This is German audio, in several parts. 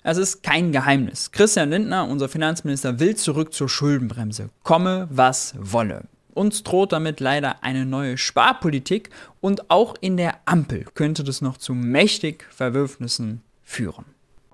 Es ist kein Geheimnis. Christian Lindner, unser Finanzminister, will zurück zur Schuldenbremse. Komme, was wolle. Uns droht damit leider eine neue Sparpolitik und auch in der Ampel könnte das noch zu mächtig Verwürfnissen führen.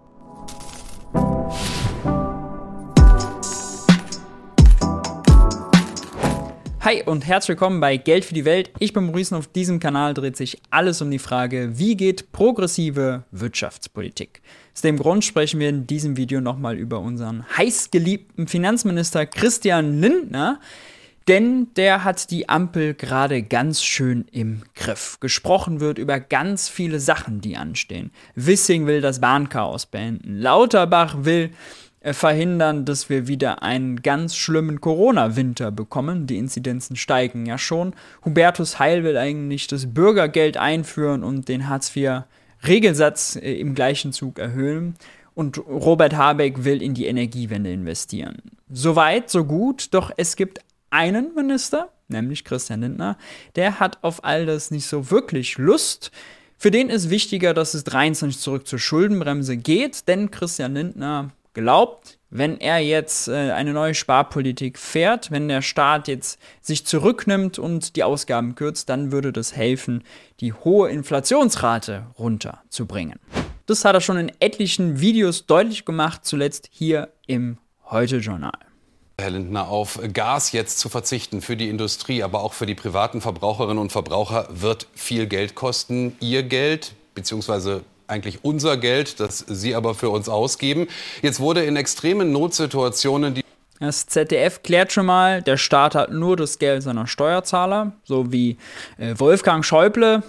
Hi und herzlich willkommen bei Geld für die Welt. Ich bin Maurice und auf diesem Kanal dreht sich alles um die Frage, wie geht progressive Wirtschaftspolitik? Aus dem Grund sprechen wir in diesem Video nochmal über unseren heißgeliebten Finanzminister Christian Lindner, denn der hat die Ampel gerade ganz schön im Griff. Gesprochen wird über ganz viele Sachen, die anstehen. Wissing will das Bahnchaos beenden. Lauterbach will verhindern, dass wir wieder einen ganz schlimmen Corona-Winter bekommen. Die Inzidenzen steigen ja schon. Hubertus Heil will eigentlich das Bürgergeld einführen und den Hartz-IV-Regelsatz im gleichen Zug erhöhen. Und Robert Habeck will in die Energiewende investieren. Soweit, so gut, doch es gibt einen Minister, nämlich Christian Lindner, der hat auf all das nicht so wirklich Lust. Für den ist wichtiger, dass es 23 zurück zur Schuldenbremse geht, denn Christian Lindner glaubt, wenn er jetzt eine neue Sparpolitik fährt, wenn der Staat jetzt sich zurücknimmt und die Ausgaben kürzt, dann würde das helfen, die hohe Inflationsrate runterzubringen. Das hat er schon in etlichen Videos deutlich gemacht, zuletzt hier im Heute-Journal. Herr Lindner, auf Gas jetzt zu verzichten für die Industrie, aber auch für die privaten Verbraucherinnen und Verbraucher wird viel Geld kosten. Ihr Geld, beziehungsweise eigentlich unser Geld, das Sie aber für uns ausgeben. Jetzt wurde in extremen Notsituationen das ZDF klärt schon mal, der Staat hat nur das Geld seiner Steuerzahler, so wie Wolfgang Schäuble,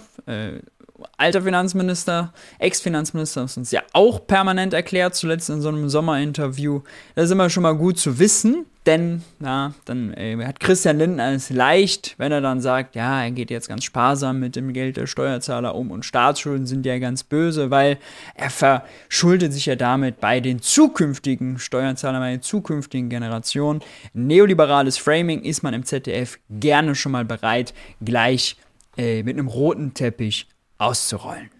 alter Finanzminister, Ex-Finanzminister, das uns ja auch permanent erklärt, zuletzt in so einem Sommerinterview. Das ist immer schon mal gut zu wissen, denn dann hat Christian Lindner es leicht, wenn er dann sagt, ja, er geht jetzt ganz sparsam mit dem Geld der Steuerzahler um und Staatsschulden sind ja ganz böse, weil er verschuldet sich ja damit bei den zukünftigen Steuerzahlern, bei den zukünftigen Generationen. Neoliberales Framing ist man im ZDF gerne schon mal bereit, gleich mit einem roten Teppich auszurollen.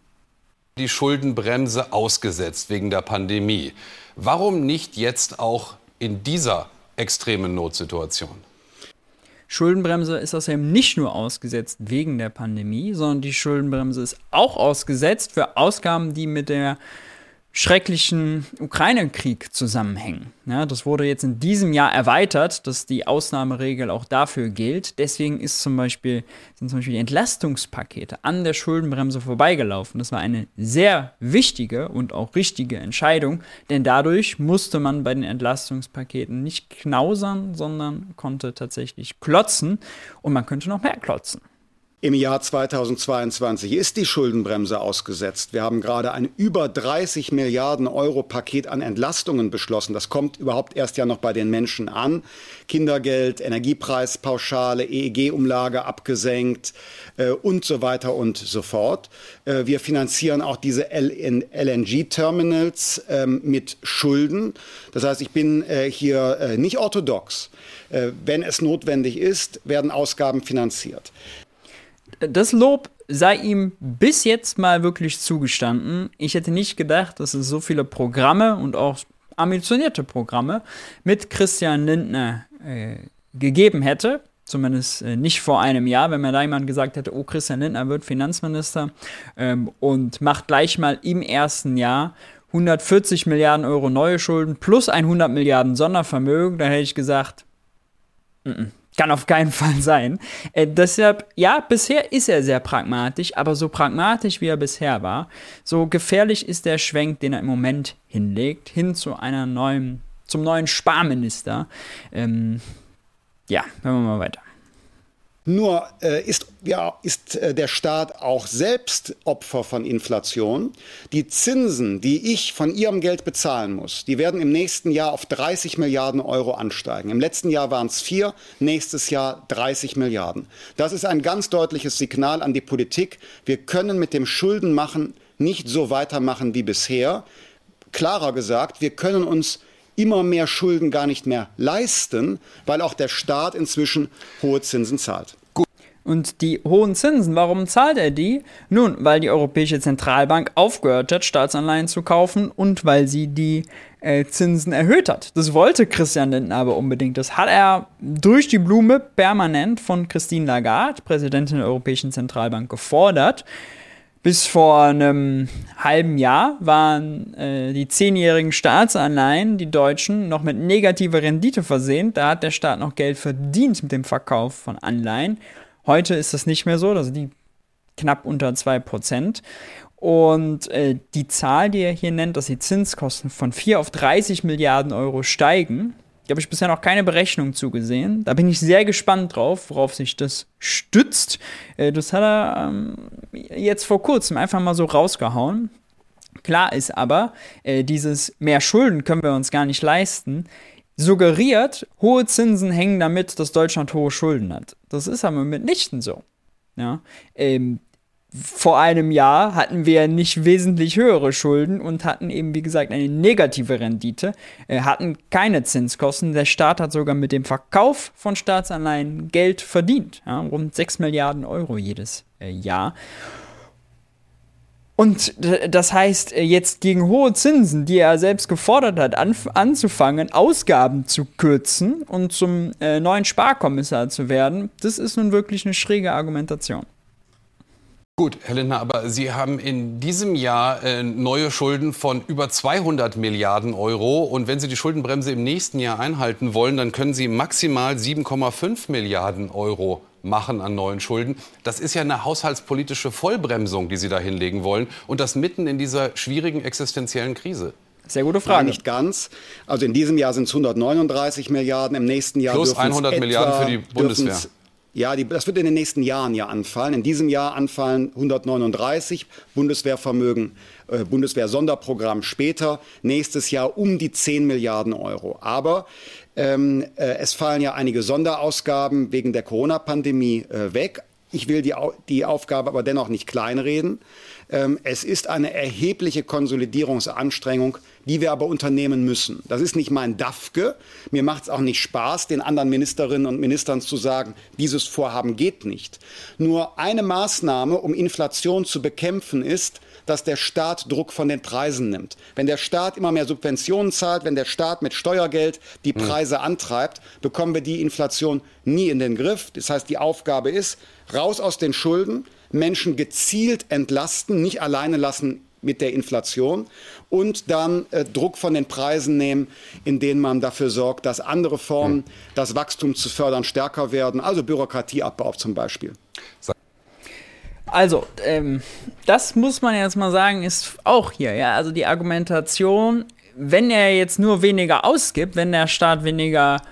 Die Schuldenbremse ausgesetzt wegen der Pandemie. Warum nicht jetzt auch in dieser extremen Notsituation? Schuldenbremse ist außerdem nicht nur ausgesetzt wegen der Pandemie, sondern die Schuldenbremse ist auch ausgesetzt für Ausgaben, die mit der schrecklichen Ukraine-Krieg zusammenhängen. Ja, das wurde jetzt in diesem Jahr erweitert, dass die Ausnahmeregel auch dafür gilt. Deswegen sind zum Beispiel die Entlastungspakete an der Schuldenbremse vorbeigelaufen. Das war eine sehr wichtige und auch richtige Entscheidung, denn dadurch musste man bei den Entlastungspaketen nicht knausern, sondern konnte tatsächlich klotzen und man könnte noch mehr klotzen. Im Jahr 2022 ist die Schuldenbremse ausgesetzt. Wir haben gerade ein über 30 Milliarden Euro Paket an Entlastungen beschlossen. Das kommt überhaupt erst ja noch bei den Menschen an. Kindergeld, Energiepreispauschale, EEG-Umlage abgesenkt und so weiter und so fort. Wir finanzieren auch diese LNG-Terminals mit Schulden. Das heißt, ich bin hier nicht orthodox. Wenn es notwendig ist, werden Ausgaben finanziert. Das Lob sei ihm bis jetzt mal wirklich zugestanden. Ich hätte nicht gedacht, dass es so viele Programme und auch ambitionierte Programme mit Christian Lindner gegeben hätte. Zumindest nicht vor einem Jahr, wenn mir da jemand gesagt hätte, oh, Christian Lindner wird Finanzminister und macht gleich mal im ersten Jahr 140 Milliarden Euro neue Schulden plus 100 Milliarden Sondervermögen. Dann hätte ich gesagt, kann auf keinen Fall sein. Deshalb, ja, bisher ist er sehr pragmatisch, aber so pragmatisch, wie er bisher war, so gefährlich ist der Schwenk, den er im Moment hinlegt, hin zu zum neuen Sparminister. Hören wir mal weiter. Nur ist der Staat auch selbst Opfer von Inflation. Die Zinsen, die ich von Ihrem Geld bezahlen muss, die werden im nächsten Jahr auf 30 Milliarden Euro ansteigen. Im letzten Jahr waren es 4, nächstes Jahr 30 Milliarden. Das ist ein ganz deutliches Signal an die Politik. Wir können mit dem Schuldenmachen nicht so weitermachen wie bisher. Klarer gesagt, wir können uns immer mehr Schulden gar nicht mehr leisten, weil auch der Staat inzwischen hohe Zinsen zahlt. Und die hohen Zinsen, warum zahlt er die? Nun, weil die Europäische Zentralbank aufgehört hat, Staatsanleihen zu kaufen und weil sie die Zinsen erhöht hat. Das wollte Christian Lindner aber unbedingt. Das hat er durch die Blume permanent von Christine Lagarde, Präsidentin der Europäischen Zentralbank, gefordert. Bis vor einem halben Jahr waren die 10-jährigen Staatsanleihen, die deutschen, noch mit negativer Rendite versehen. Da hat der Staat noch Geld verdient mit dem Verkauf von Anleihen. Heute ist das nicht mehr so, also die knapp unter 2%. Und die Zahl, die er hier nennt, dass die Zinskosten von 4 auf 30 Milliarden Euro steigen, da habe ich bisher noch keine Berechnung zugesehen. Da bin ich sehr gespannt drauf, worauf sich das stützt. Das hat er jetzt vor kurzem einfach mal so rausgehauen. Klar ist aber, dieses mehr Schulden können wir uns gar nicht leisten, suggeriert, hohe Zinsen hängen damit, dass Deutschland hohe Schulden hat. Das ist aber mitnichten so. Ja? Vor einem Jahr hatten wir nicht wesentlich höhere Schulden und hatten eben, wie gesagt, eine negative Rendite, hatten keine Zinskosten. Der Staat hat sogar mit dem Verkauf von Staatsanleihen Geld verdient. Ja? Rund 6 Milliarden Euro jedes Jahr. Und das heißt, jetzt gegen hohe Zinsen, die er selbst gefordert hat, anzufangen, Ausgaben zu kürzen und zum neuen Sparkommissar zu werden, das ist nun wirklich eine schräge Argumentation. Gut, Herr Lindner, aber Sie haben in diesem Jahr neue Schulden von über 200 Milliarden Euro. Und wenn Sie die Schuldenbremse im nächsten Jahr einhalten wollen, dann können Sie maximal 7,5 Milliarden Euro machen an neuen Schulden. Das ist ja eine haushaltspolitische Vollbremsung, die Sie da hinlegen wollen. Und das mitten in dieser schwierigen existenziellen Krise. Sehr gute Frage. Nein, nicht ganz. Also in diesem Jahr sind es 139 Milliarden, im nächsten Jahr plus 100 Milliarden für die Bundeswehr. Ja, das wird in den nächsten Jahren ja anfallen. In diesem Jahr anfallen 139 Bundeswehrvermögen, Bundeswehr-Sonderprogramm später. Nächstes Jahr um die 10 Milliarden Euro. Aber es fallen ja einige Sonderausgaben wegen der Corona-Pandemie weg. Ich will die Aufgabe aber dennoch nicht kleinreden. Es ist eine erhebliche Konsolidierungsanstrengung, die wir aber unternehmen müssen. Das ist nicht mein Dafke. Mir macht es auch nicht Spaß, den anderen Ministerinnen und Ministern zu sagen, dieses Vorhaben geht nicht. Nur eine Maßnahme, um Inflation zu bekämpfen, ist, dass der Staat Druck von den Preisen nimmt. Wenn der Staat immer mehr Subventionen zahlt, wenn der Staat mit Steuergeld die Preise antreibt, bekommen wir die Inflation nie in den Griff. Das heißt, die Aufgabe ist, raus aus den Schulden, Menschen gezielt entlasten, nicht alleine lassen mit der Inflation und dann Druck von den Preisen nehmen, indem man dafür sorgt, dass andere Formen, das Wachstum zu fördern, stärker werden, also Bürokratieabbau zum Beispiel. Also, das muss man jetzt mal sagen, ist auch hier, ja, also die Argumentation, wenn er jetzt nur weniger ausgibt, wenn der Staat weniger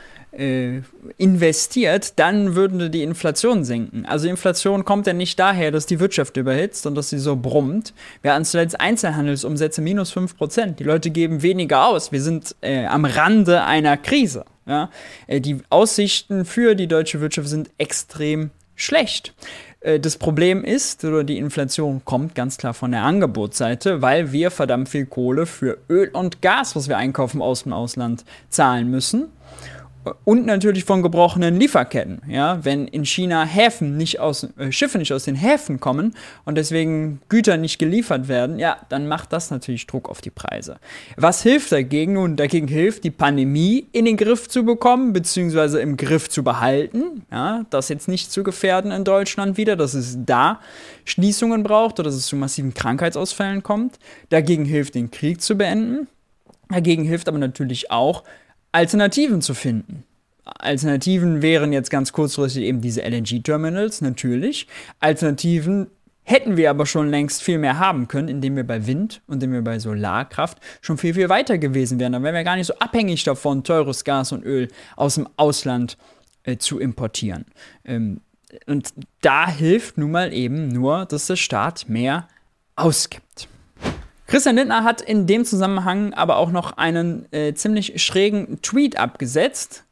investiert, dann würde die Inflation sinken. Also Inflation kommt ja nicht daher, dass die Wirtschaft überhitzt und dass sie so brummt. Wir hatten zuletzt Einzelhandelsumsätze minus 5%. Die Leute geben weniger aus. Wir sind am Rande einer Krise. Ja? Die Aussichten für die deutsche Wirtschaft sind extrem schlecht. Das Problem ist, oder die Inflation kommt ganz klar von der Angebotsseite, weil wir verdammt viel Kohle für Öl und Gas, was wir einkaufen aus dem Ausland, zahlen müssen. Und natürlich von gebrochenen Lieferketten. Ja? Wenn in China Schiffe nicht aus den Häfen kommen und deswegen Güter nicht geliefert werden, ja, dann macht das natürlich Druck auf die Preise. Was hilft dagegen? Nun, dagegen hilft, die Pandemie in den Griff zu bekommen, beziehungsweise im Griff zu behalten. Ja? Das jetzt nicht zu gefährden in Deutschland wieder, dass es da Schließungen braucht oder dass es zu massiven Krankheitsausfällen kommt. Dagegen hilft, den Krieg zu beenden. Dagegen hilft aber natürlich auch, Alternativen zu finden. Alternativen wären jetzt ganz kurzfristig eben diese LNG-Terminals, natürlich. Alternativen hätten wir aber schon längst viel mehr haben können, indem wir bei Wind und indem wir bei Solarkraft schon viel, viel weiter gewesen wären. Dann wären wir gar nicht so abhängig davon, teures Gas und Öl aus dem Ausland zu importieren. Und da hilft nun mal eben nur, dass der Staat mehr ausgibt. Christian Lindner hat in dem Zusammenhang aber auch noch einen ziemlich schrägen Tweet abgesetzt.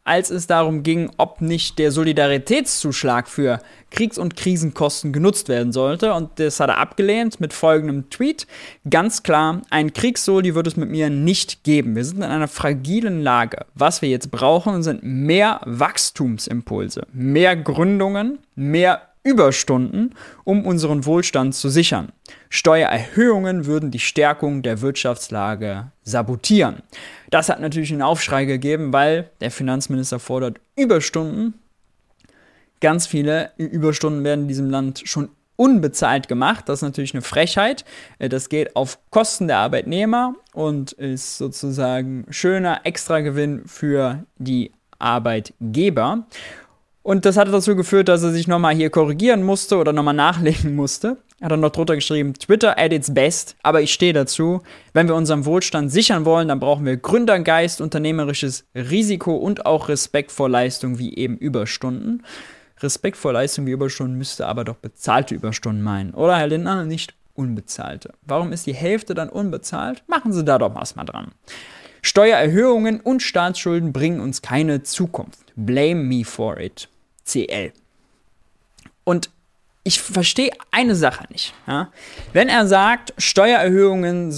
als es darum ging, ob nicht der Solidaritätszuschlag für Kriegs- und Krisenkosten genutzt werden sollte. Und das hat er abgelehnt mit folgendem Tweet. Ganz klar, ein Kriegssoli wird es mit mir nicht geben. Wir sind in einer fragilen Lage. Was wir jetzt brauchen, sind mehr Wachstumsimpulse, mehr Gründungen, mehr Überstunden, um unseren Wohlstand zu sichern. Steuererhöhungen würden die Stärkung der Wirtschaftslage sabotieren. Das hat natürlich einen Aufschrei gegeben, weil der Finanzminister fordert Überstunden. Ganz viele Überstunden werden in diesem Land schon unbezahlt gemacht. Das ist natürlich eine Frechheit. Das geht auf Kosten der Arbeitnehmer und ist sozusagen schöner Extragewinn für die Arbeitgeber. Und das hat dazu geführt, dass er sich nochmal hier korrigieren musste oder nochmal nachlegen musste. Hat er noch drunter geschrieben, Twitter at its best, aber ich stehe dazu. Wenn wir unseren Wohlstand sichern wollen, dann brauchen wir Gründergeist, unternehmerisches Risiko und auch Respekt vor Leistung wie eben Überstunden. Respekt vor Leistung wie Überstunden müsste aber doch bezahlte Überstunden meinen. Oder, Herr Lindner, nicht unbezahlte. Warum ist die Hälfte dann unbezahlt? Machen Sie da doch was mal dran. Steuererhöhungen und Staatsschulden bringen uns keine Zukunft. Blame me for it. CL. Und ich verstehe eine Sache nicht. Ja? Wenn er sagt, Steuererhöhungen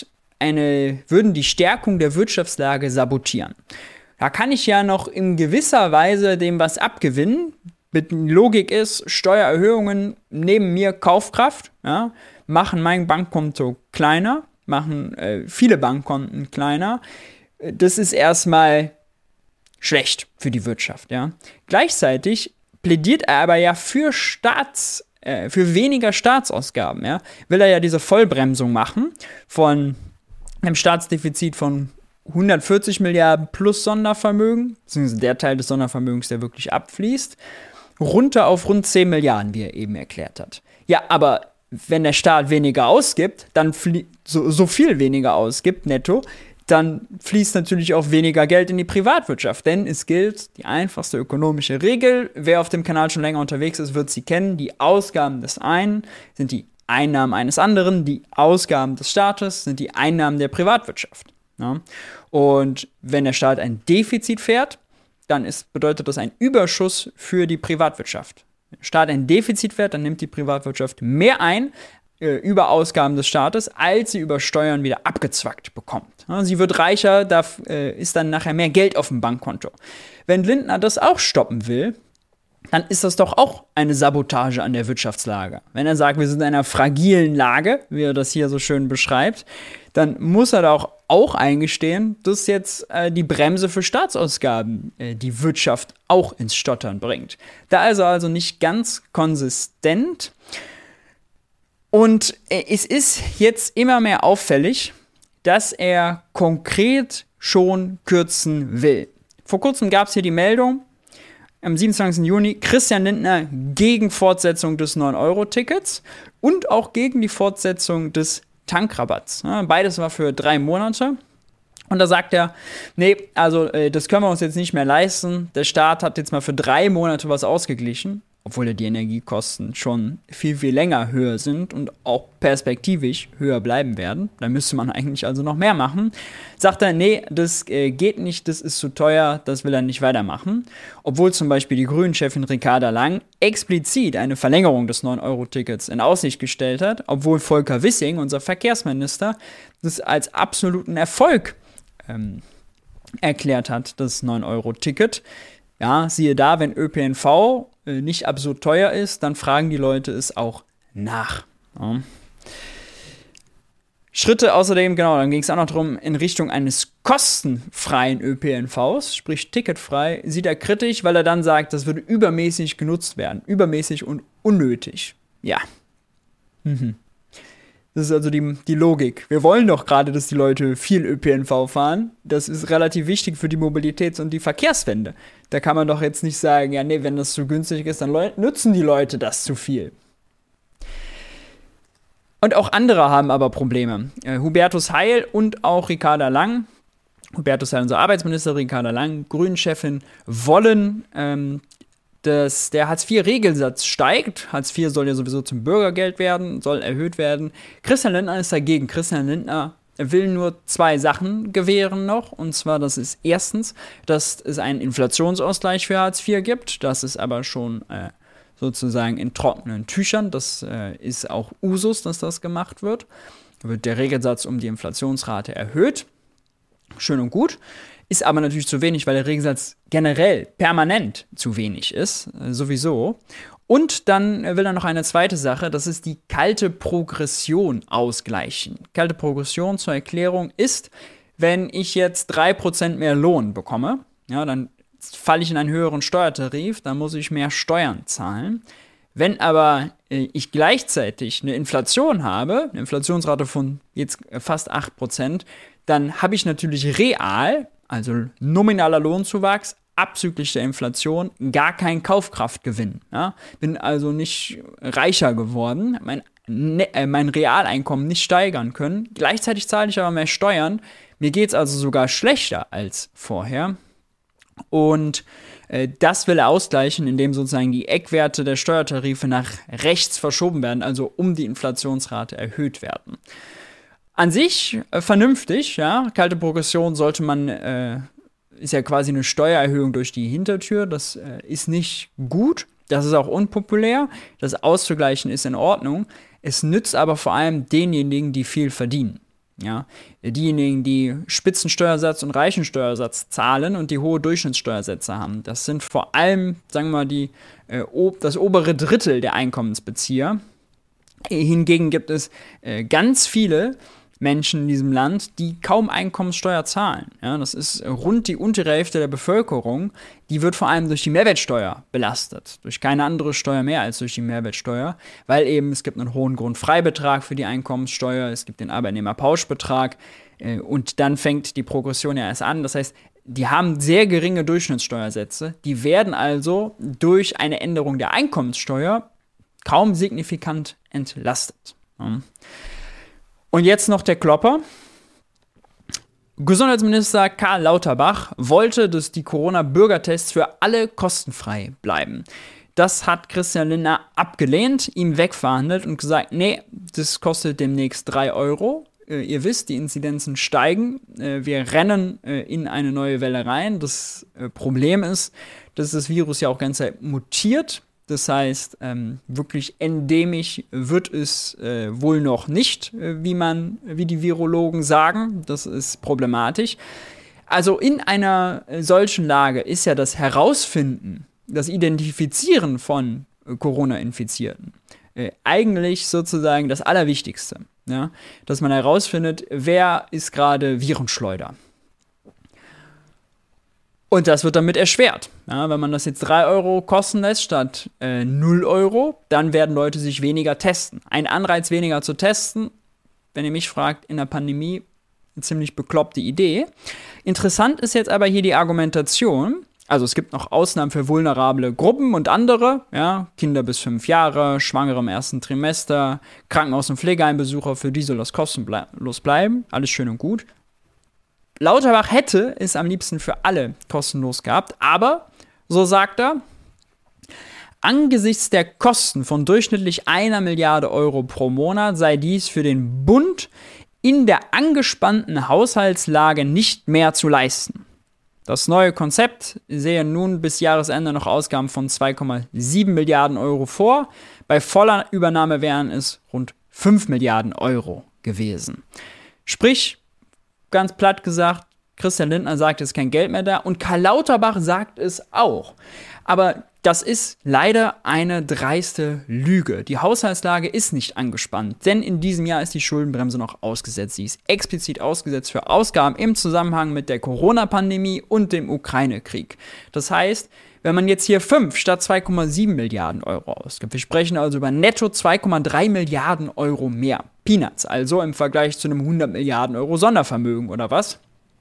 würden die Stärkung der Wirtschaftslage sabotieren, da kann ich ja noch in gewisser Weise dem was abgewinnen. Mit Logik ist, Steuererhöhungen nehmen mir Kaufkraft, ja, machen mein Bankkonto kleiner, machen viele Bankkonten kleiner. Das ist erstmal schlecht für die Wirtschaft. Ja. Gleichzeitig plädiert er aber ja für weniger Staatsausgaben. Ja. Will er ja diese Vollbremsung machen von einem Staatsdefizit von 140 Milliarden plus Sondervermögen, beziehungsweise der Teil des Sondervermögens, der wirklich abfließt, runter auf rund 10 Milliarden, wie er eben erklärt hat. Ja, aber wenn der Staat weniger ausgibt, dann so viel weniger ausgibt, netto, dann fließt natürlich auch weniger Geld in die Privatwirtschaft. Denn es gilt die einfachste ökonomische Regel. Wer auf dem Kanal schon länger unterwegs ist, wird sie kennen. Die Ausgaben des einen sind die Einnahmen eines anderen. Die Ausgaben des Staates sind die Einnahmen der Privatwirtschaft. Ja? Und wenn der Staat ein Defizit fährt, dann bedeutet das ein Überschuss für die Privatwirtschaft. Wenn der Staat ein Defizit fährt, dann nimmt die Privatwirtschaft mehr ein über Ausgaben des Staates, als sie über Steuern wieder abgezwackt bekommt. Ja, sie wird reicher, da ist dann nachher mehr Geld auf dem Bankkonto. Wenn Lindner das auch stoppen will, dann ist das doch auch eine Sabotage an der Wirtschaftslage. Wenn er sagt, wir sind in einer fragilen Lage, wie er das hier so schön beschreibt, dann muss er da auch eingestehen, dass jetzt die Bremse für Staatsausgaben die Wirtschaft auch ins Stottern bringt. Da ist er also nicht ganz konsistent. Und es ist jetzt immer mehr auffällig, dass er konkret schon kürzen will. Vor kurzem gab es hier die Meldung, am 27. Juni, Christian Lindner gegen Fortsetzung des 9-Euro-Tickets und auch gegen die Fortsetzung des Tankrabatts. Ja, beides war für 3 Monate. Und da sagt er, nee, also das können wir uns jetzt nicht mehr leisten. Der Staat hat jetzt mal für 3 Monate was ausgeglichen, obwohl ja die Energiekosten schon viel, viel länger höher sind und auch perspektivisch höher bleiben werden. Da müsste man eigentlich also noch mehr machen. Sagt er, nee, das geht nicht, das ist zu teuer, das will er nicht weitermachen. Obwohl zum Beispiel die Grünen-Chefin Ricarda Lang explizit eine Verlängerung des 9-Euro-Tickets in Aussicht gestellt hat, obwohl Volker Wissing, unser Verkehrsminister, das als absoluten Erfolg erklärt hat, das 9-Euro-Ticket. Ja, siehe da, wenn ÖPNV nicht absurd teuer ist, dann fragen die Leute es auch nach. Ja. Schritte außerdem, genau, dann ging es auch noch darum, in Richtung eines kostenfreien ÖPNVs, sprich ticketfrei, sieht er kritisch, weil er dann sagt, das würde übermäßig genutzt werden. Übermäßig und unnötig. Ja. Das ist also die Logik. Wir wollen doch gerade, dass die Leute viel ÖPNV fahren. Das ist relativ wichtig für die Mobilitäts- und die Verkehrswende. Da kann man doch jetzt nicht sagen, ja nee, wenn das zu günstig ist, dann nutzen die Leute das zu viel. Und auch andere haben aber Probleme. Hubertus Heil und auch Ricarda Lang, Hubertus Heil, unser Arbeitsminister, Ricarda Lang, Grünen-Chefin, wollen, dass der Hartz-IV-Regelsatz steigt. Hartz IV soll ja sowieso zum Bürgergeld werden, soll erhöht werden. Christian Lindner ist dagegen. Christian Lindner will nur 2 Sachen gewähren noch. Und zwar, das ist erstens, dass es einen Inflationsausgleich für Hartz IV gibt. Das ist aber schon sozusagen in trockenen Tüchern. Das ist auch Usus, dass das gemacht wird. Da wird der Regelsatz um die Inflationsrate erhöht. Schön und gut. Ist aber natürlich zu wenig, weil der Regelsatz generell permanent zu wenig ist. Sowieso. Und dann will er noch eine zweite Sache, das ist die kalte Progression ausgleichen. Kalte Progression zur Erklärung ist, wenn ich jetzt 3% mehr Lohn bekomme, ja, dann falle ich in einen höheren Steuertarif, dann muss ich mehr Steuern zahlen. Wenn aber ich gleichzeitig eine Inflation habe, eine Inflationsrate von jetzt fast 8%, dann habe ich natürlich real, also nominaler Lohnzuwachs, abzüglich der Inflation gar keinen Kaufkraftgewinn. Ja? Bin also nicht reicher geworden, mein Realeinkommen nicht steigern können. Gleichzeitig zahle ich aber mehr Steuern. Mir geht es also sogar schlechter als vorher. Und das will er ausgleichen, indem sozusagen die Eckwerte der Steuertarife nach rechts verschoben werden, also um die Inflationsrate erhöht werden. An sich vernünftig, ja. Kalte Progression sollte man ist ja quasi eine Steuererhöhung durch die Hintertür. Das ist nicht gut. Das ist auch unpopulär. Das auszugleichen ist in Ordnung. Es nützt aber vor allem denjenigen, die viel verdienen. Ja? Diejenigen, die Spitzensteuersatz und Reichensteuersatz zahlen und die hohe Durchschnittssteuersätze haben. Das sind vor allem, sagen wir mal, das obere Drittel der Einkommensbezieher. Hingegen gibt es ganz viele Menschen in diesem Land, die kaum Einkommenssteuer zahlen. Ja, das ist rund die untere Hälfte der Bevölkerung. Die wird vor allem durch die Mehrwertsteuer belastet. Durch keine andere Steuer mehr als durch die Mehrwertsteuer. Weil eben es gibt einen hohen Grundfreibetrag für die Einkommenssteuer, es gibt den Arbeitnehmerpauschbetrag und dann fängt die Progression ja erst an. Das heißt, die haben sehr geringe Durchschnittssteuersätze. Die werden also durch eine Änderung der Einkommenssteuer kaum signifikant entlastet. Ja. Und jetzt noch der Klopper. Gesundheitsminister Karl Lauterbach wollte, dass die Corona-Bürgertests für alle kostenfrei bleiben. Das hat Christian Lindner abgelehnt, ihm wegverhandelt und gesagt, nee, das kostet demnächst 3 Euro. Ihr wisst, die Inzidenzen steigen. Wir rennen in eine neue Welle rein. Das Problem ist, dass das Virus ja auch ganz Zeit mutiert. Das heißt, wirklich endemisch wird es wohl noch nicht, wie die Virologen sagen. Das ist problematisch. Also in einer solchen Lage ist ja das Herausfinden, das Identifizieren von Corona-Infizierten eigentlich sozusagen das Allerwichtigste. Ja? Dass man herausfindet, wer ist gerade Virenschleuder. Und das wird damit erschwert. Ja, wenn man das jetzt 3 Euro kosten lässt statt 0 Euro, dann werden Leute sich weniger testen. Ein Anreiz, weniger zu testen, wenn ihr mich fragt, in der Pandemie eine ziemlich bekloppte Idee. Interessant ist jetzt aber hier die Argumentation. Also es gibt noch Ausnahmen für vulnerable Gruppen und andere, ja, Kinder bis 5 Jahre, Schwangere im 1. Trimester, Krankenhaus- und Pflegeheimbesucher, für die soll das kostenlos bleiben. Alles schön und gut. Lauterbach hätte es am liebsten für alle kostenlos gehabt, aber, so sagt er, angesichts der Kosten von durchschnittlich 1 Milliarde Euro pro Monat sei dies für den Bund in der angespannten Haushaltslage nicht mehr zu leisten. Das neue Konzept sehe nun bis Jahresende noch Ausgaben von 2,7 Milliarden Euro vor. Bei voller Übernahme wären es rund 5 Milliarden Euro gewesen. Sprich, ganz platt gesagt, Christian Lindner sagt, es ist kein Geld mehr da und Karl Lauterbach sagt es auch. Aber das ist leider eine dreiste Lüge. Die Haushaltslage ist nicht angespannt, denn in diesem Jahr ist die Schuldenbremse noch ausgesetzt. Sie ist explizit ausgesetzt für Ausgaben im Zusammenhang mit der Corona-Pandemie und dem Ukraine-Krieg. Das heißt, wenn man jetzt hier 5 statt 2,7 Milliarden Euro ausgibt, wir sprechen also über netto 2,3 Milliarden Euro mehr. Peanuts, also im Vergleich zu einem 100 Milliarden Euro Sondervermögen oder was?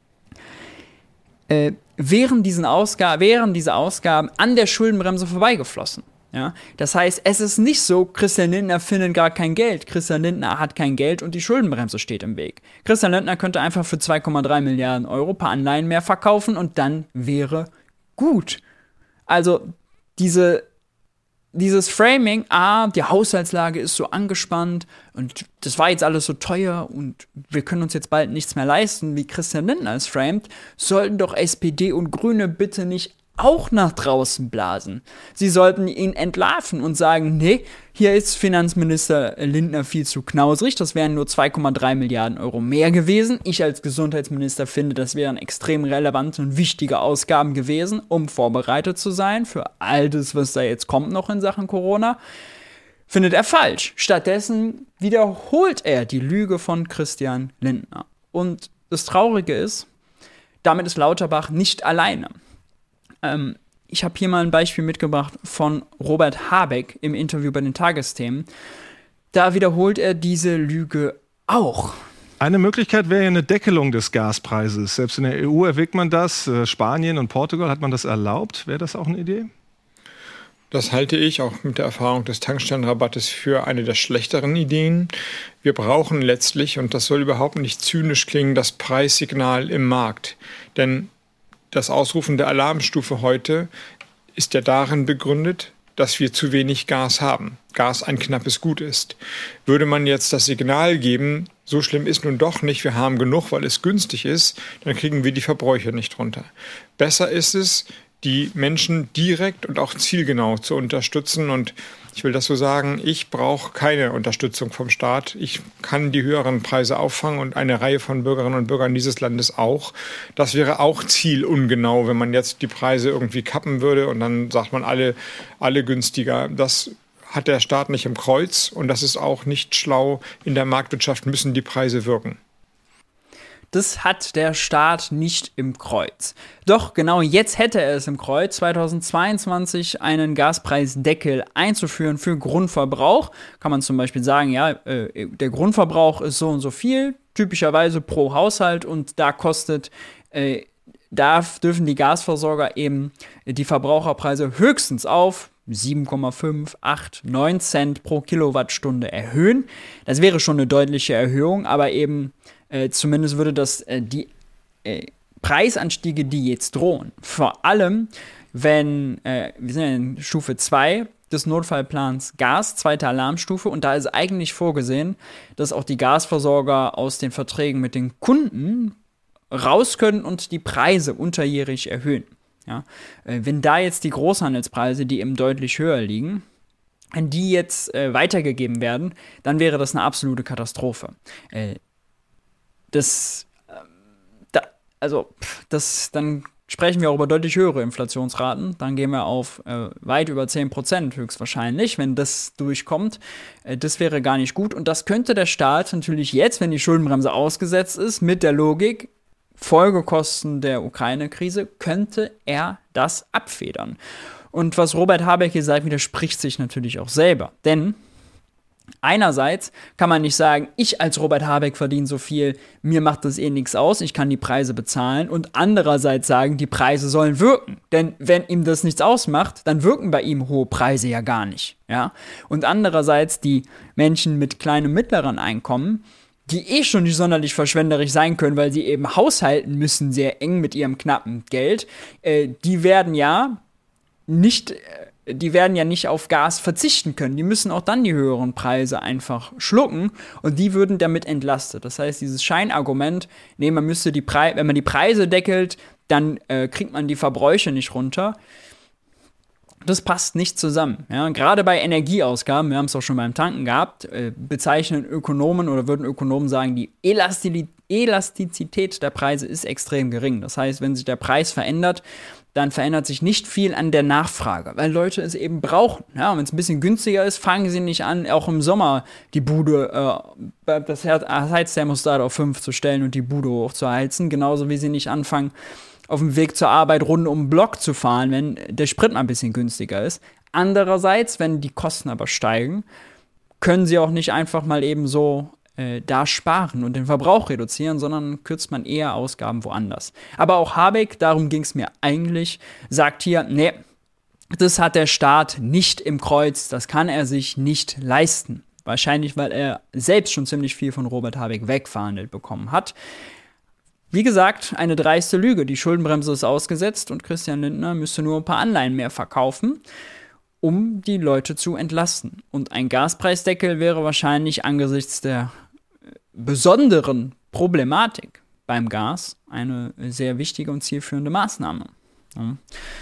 Wären diese Ausgaben an der Schuldenbremse vorbeigeflossen. Ja? Das heißt, es ist nicht so, Christian Lindner findet gar kein Geld. Christian Lindner hat kein Geld und die Schuldenbremse steht im Weg. Christian Lindner könnte einfach für 2,3 Milliarden Euro ein paar Anleihen mehr verkaufen und dann wäre gut. Also diese dieses Framing, die Haushaltslage ist so angespannt und das war jetzt alles so teuer und wir können uns jetzt bald nichts mehr leisten, wie Christian Lindner es framet, sollten doch SPD und Grüne bitte nicht auch nach draußen blasen. Sie sollten ihn entlarven und sagen, nee, hier ist Finanzminister Lindner viel zu knausrig, das wären nur 2,3 Milliarden Euro mehr gewesen. Ich als Gesundheitsminister finde, das wären extrem relevante und wichtige Ausgaben gewesen, um vorbereitet zu sein für all das, was da jetzt kommt noch in Sachen Corona. Findet er falsch. Stattdessen wiederholt er die Lüge von Christian Lindner. Und das Traurige ist, damit ist Lauterbach nicht alleine. Ich habe hier mal ein Beispiel mitgebracht von Robert Habeck im Interview bei den Tagesthemen. Da wiederholt er diese Lüge auch. Eine Möglichkeit wäre ja eine Deckelung des Gaspreises. Selbst in der EU erwägt man das. Spanien und Portugal hat man das erlaubt. Wäre das auch eine Idee? Das halte ich auch mit der Erfahrung des Tankstellenrabattes für eine der schlechteren Ideen. Wir brauchen letztlich, und das soll überhaupt nicht zynisch klingen, das Preissignal im Markt. Denn das Ausrufen der Alarmstufe heute ist ja darin begründet, dass wir zu wenig Gas haben. Gas ein knappes Gut ist. Würde man jetzt das Signal geben, so schlimm ist nun doch nicht, wir haben genug, weil es günstig ist, dann kriegen wir die Verbräuche nicht runter. Besser ist es, die Menschen direkt und auch zielgenau zu unterstützen. Und ich will das so sagen, ich brauche keine Unterstützung vom Staat. Ich kann die höheren Preise auffangen und eine Reihe von Bürgerinnen und Bürgern dieses Landes auch. Das wäre auch zielungenau, wenn man jetzt die Preise irgendwie kappen würde und dann sagt man alle günstiger. Das hat der Staat nicht im Kreuz und das ist auch nicht schlau. In der Marktwirtschaft müssen die Preise wirken. Das hat der Staat nicht im Kreuz. Doch genau jetzt hätte er es im Kreuz, 2022 einen Gaspreisdeckel einzuführen für Grundverbrauch. Kann man zum Beispiel sagen, ja, der Grundverbrauch ist so und so viel, typischerweise pro Haushalt und da dürfen die Gasversorger eben die Verbraucherpreise höchstens auf 7,5, 8, 9 Cent pro Kilowattstunde erhöhen. Das wäre schon eine deutliche Erhöhung, aber eben zumindest würde das die Preisanstiege, die jetzt drohen, vor allem, wenn wir sind in Stufe 2 des Notfallplans Gas, zweite Alarmstufe, und da ist eigentlich vorgesehen, dass auch die Gasversorger aus den Verträgen mit den Kunden raus können und die Preise unterjährig erhöhen. Ja? Wenn da jetzt die Großhandelspreise, die eben deutlich höher liegen, wenn die jetzt weitergegeben werden, dann wäre das eine absolute Katastrophe. Dann sprechen wir auch über deutlich höhere Inflationsraten. Dann gehen wir auf weit über 10% höchstwahrscheinlich, wenn das durchkommt. Das wäre gar nicht gut. Und das könnte der Staat natürlich jetzt, wenn die Schuldenbremse ausgesetzt ist, mit der Logik Folgekosten der Ukraine-Krise, könnte er das abfedern. Und was Robert Habeck hier sagt, widerspricht sich natürlich auch selber. Denn einerseits kann man nicht sagen, ich als Robert Habeck verdiene so viel, mir macht das eh nichts aus, ich kann die Preise bezahlen, und andererseits sagen, die Preise sollen wirken. Denn wenn ihm das nichts ausmacht, dann wirken bei ihm hohe Preise ja gar nicht. Ja? Und andererseits die Menschen mit kleinem, mittleren Einkommen, die schon nicht sonderlich verschwenderisch sein können, weil sie eben haushalten müssen, sehr eng mit ihrem knappen Geld, die werden ja nicht auf Gas verzichten können. Die müssen auch dann die höheren Preise einfach schlucken und die würden damit entlastet. Das heißt, dieses Scheinargument, nee, man müsste wenn man die Preise deckelt, dann kriegt man die Verbräuche nicht runter. Das passt nicht zusammen. Ja? Gerade bei Energieausgaben, wir haben es auch schon beim Tanken gehabt, bezeichnen Ökonomen oder würden Ökonomen sagen, die Elastizität der Preise ist extrem gering. Das heißt, wenn sich der Preis verändert, dann verändert sich nicht viel an der Nachfrage, weil Leute es eben brauchen. Ja, wenn es ein bisschen günstiger ist, fangen sie nicht an, auch im Sommer die Bude, das Heizthermostat auf 5 zu stellen und die Bude hochzuheizen, genauso wie sie nicht anfangen, auf dem Weg zur Arbeit rund um den Block zu fahren, wenn der Sprit mal ein bisschen günstiger ist. Andererseits, wenn die Kosten aber steigen, können sie auch nicht einfach mal eben so da sparen und den Verbrauch reduzieren, sondern kürzt man eher Ausgaben woanders. Aber auch Habeck, darum ging es mir eigentlich, sagt hier, nee, das hat der Staat nicht im Kreuz, das kann er sich nicht leisten. Wahrscheinlich, weil er selbst schon ziemlich viel von Robert Habeck wegverhandelt bekommen hat. Wie gesagt, eine dreiste Lüge. Die Schuldenbremse ist ausgesetzt und Christian Lindner müsste nur ein paar Anleihen mehr verkaufen. um die Leute zu entlasten. Und ein Gaspreisdeckel wäre wahrscheinlich angesichts der besonderen Problematik beim Gas eine sehr wichtige und zielführende Maßnahme. Ja.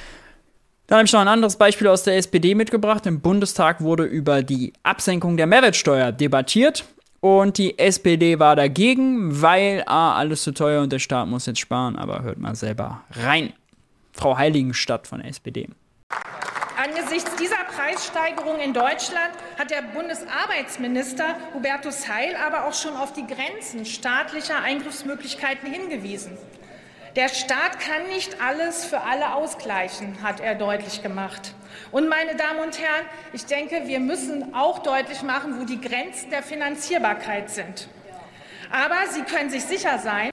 Dann habe ich noch ein anderes Beispiel aus der SPD mitgebracht. Im Bundestag wurde über die Absenkung der Mehrwertsteuer debattiert und die SPD war dagegen, weil alles zu teuer und der Staat muss jetzt sparen. Aber hört mal selber rein. Frau Heiligenstadt von der SPD. Angesichts dieser Preissteigerung in Deutschland hat der Bundesarbeitsminister Hubertus Heil aber auch schon auf die Grenzen staatlicher Eingriffsmöglichkeiten hingewiesen. Der Staat kann nicht alles für alle ausgleichen, hat er deutlich gemacht. Und meine Damen und Herren, ich denke, wir müssen auch deutlich machen, wo die Grenzen der Finanzierbarkeit sind. Aber Sie können sich sicher sein.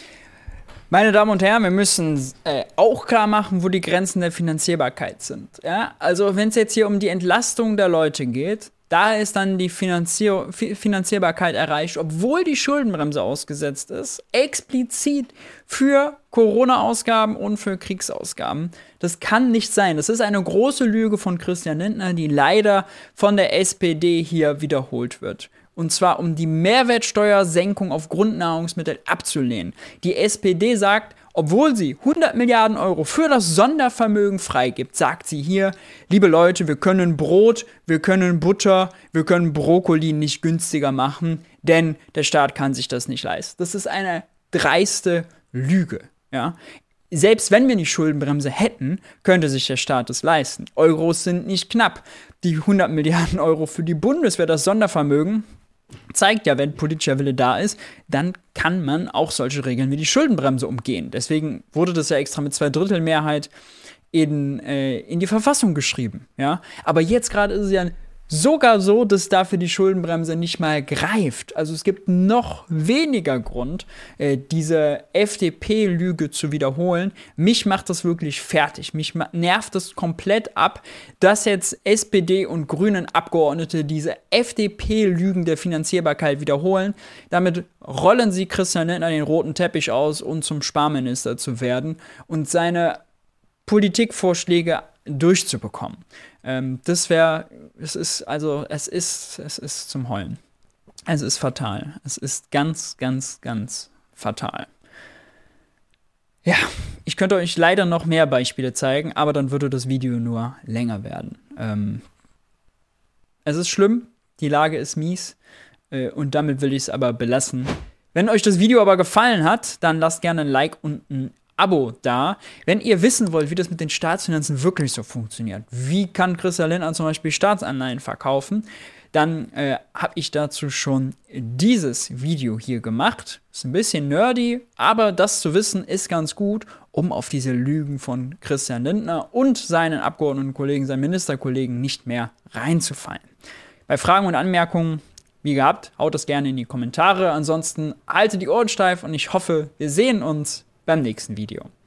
Meine Damen und Herren, wir müssen auch klar machen, wo die Grenzen der Finanzierbarkeit sind. Ja? Also wenn es jetzt hier um die Entlastung der Leute geht, da ist dann die Finanzierbarkeit erreicht, obwohl die Schuldenbremse ausgesetzt ist, explizit für Corona-Ausgaben und für Kriegsausgaben. Das kann nicht sein. Das ist eine große Lüge von Christian Lindner, die leider von der SPD hier wiederholt wird. Und zwar um die Mehrwertsteuersenkung auf Grundnahrungsmittel abzulehnen. Die SPD sagt, obwohl sie 100 Milliarden Euro für das Sondervermögen freigibt, sagt sie hier, liebe Leute, wir können Brot, wir können Butter, wir können Brokkoli nicht günstiger machen, denn der Staat kann sich das nicht leisten. Das ist eine dreiste Lüge. Ja? Selbst wenn wir die Schuldenbremse hätten, könnte sich der Staat es leisten. Euros sind nicht knapp. Die 100 Milliarden Euro für die Bundeswehr, das Sondervermögen, zeigt ja, wenn politischer Wille da ist, dann kann man auch solche Regeln wie die Schuldenbremse umgehen. Deswegen wurde das ja extra mit 2/3 in die Verfassung geschrieben. Ja? Aber jetzt gerade ist es ja sogar so, dass dafür die Schuldenbremse nicht mal greift. Also es gibt noch weniger Grund, diese FDP-Lüge zu wiederholen. Mich macht das wirklich fertig. Mich nervt das komplett ab, dass jetzt SPD und Grünen Abgeordnete diese FDP-Lügen der Finanzierbarkeit wiederholen. Damit rollen sie Christian Lindner den roten Teppich aus, um zum Sparminister zu werden und seine Politikvorschläge durchzubekommen. Es ist zum Heulen. Es ist fatal. Es ist ganz, ganz, ganz fatal. Ja, ich könnte euch leider noch mehr Beispiele zeigen, aber dann würde das Video nur länger werden. Es ist schlimm, die Lage ist mies und damit will ich es aber belassen. Wenn euch das Video aber gefallen hat, dann lasst gerne ein Like und ein Abo da. Wenn ihr wissen wollt, wie das mit den Staatsfinanzen wirklich so funktioniert, wie kann Christian Lindner zum Beispiel Staatsanleihen verkaufen, dann habe ich dazu schon dieses Video hier gemacht. Ist ein bisschen nerdy, aber das zu wissen ist ganz gut, um auf diese Lügen von Christian Lindner und seinen Abgeordnetenkollegen, seinen Ministerkollegen nicht mehr reinzufallen. Bei Fragen und Anmerkungen, wie gehabt, haut das gerne in die Kommentare. Ansonsten haltet die Ohren steif und ich hoffe, wir sehen uns beim nächsten Video.